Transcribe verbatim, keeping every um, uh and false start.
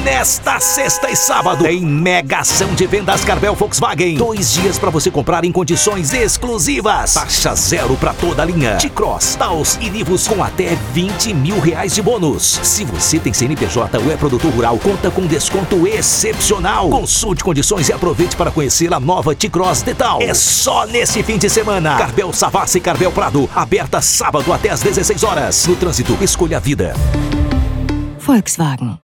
Nesta sexta e sábado, tem mega ação de vendas Carvel Volkswagen. Dois dias para você comprar em condições exclusivas. Taxa zero para toda a linha. T-Cross, Taos e Nivus com até vinte mil reais de bônus. Se você tem C N P J ou é produtor rural, conta com desconto excepcional. Consulte condições e aproveite para conhecer a nova T-Cross Detal. É só nesse fim de semana. Carvel Savassi e Carvel Prado, aberta sábado até às dezesseis horas. No trânsito, escolha a vida. Volkswagen.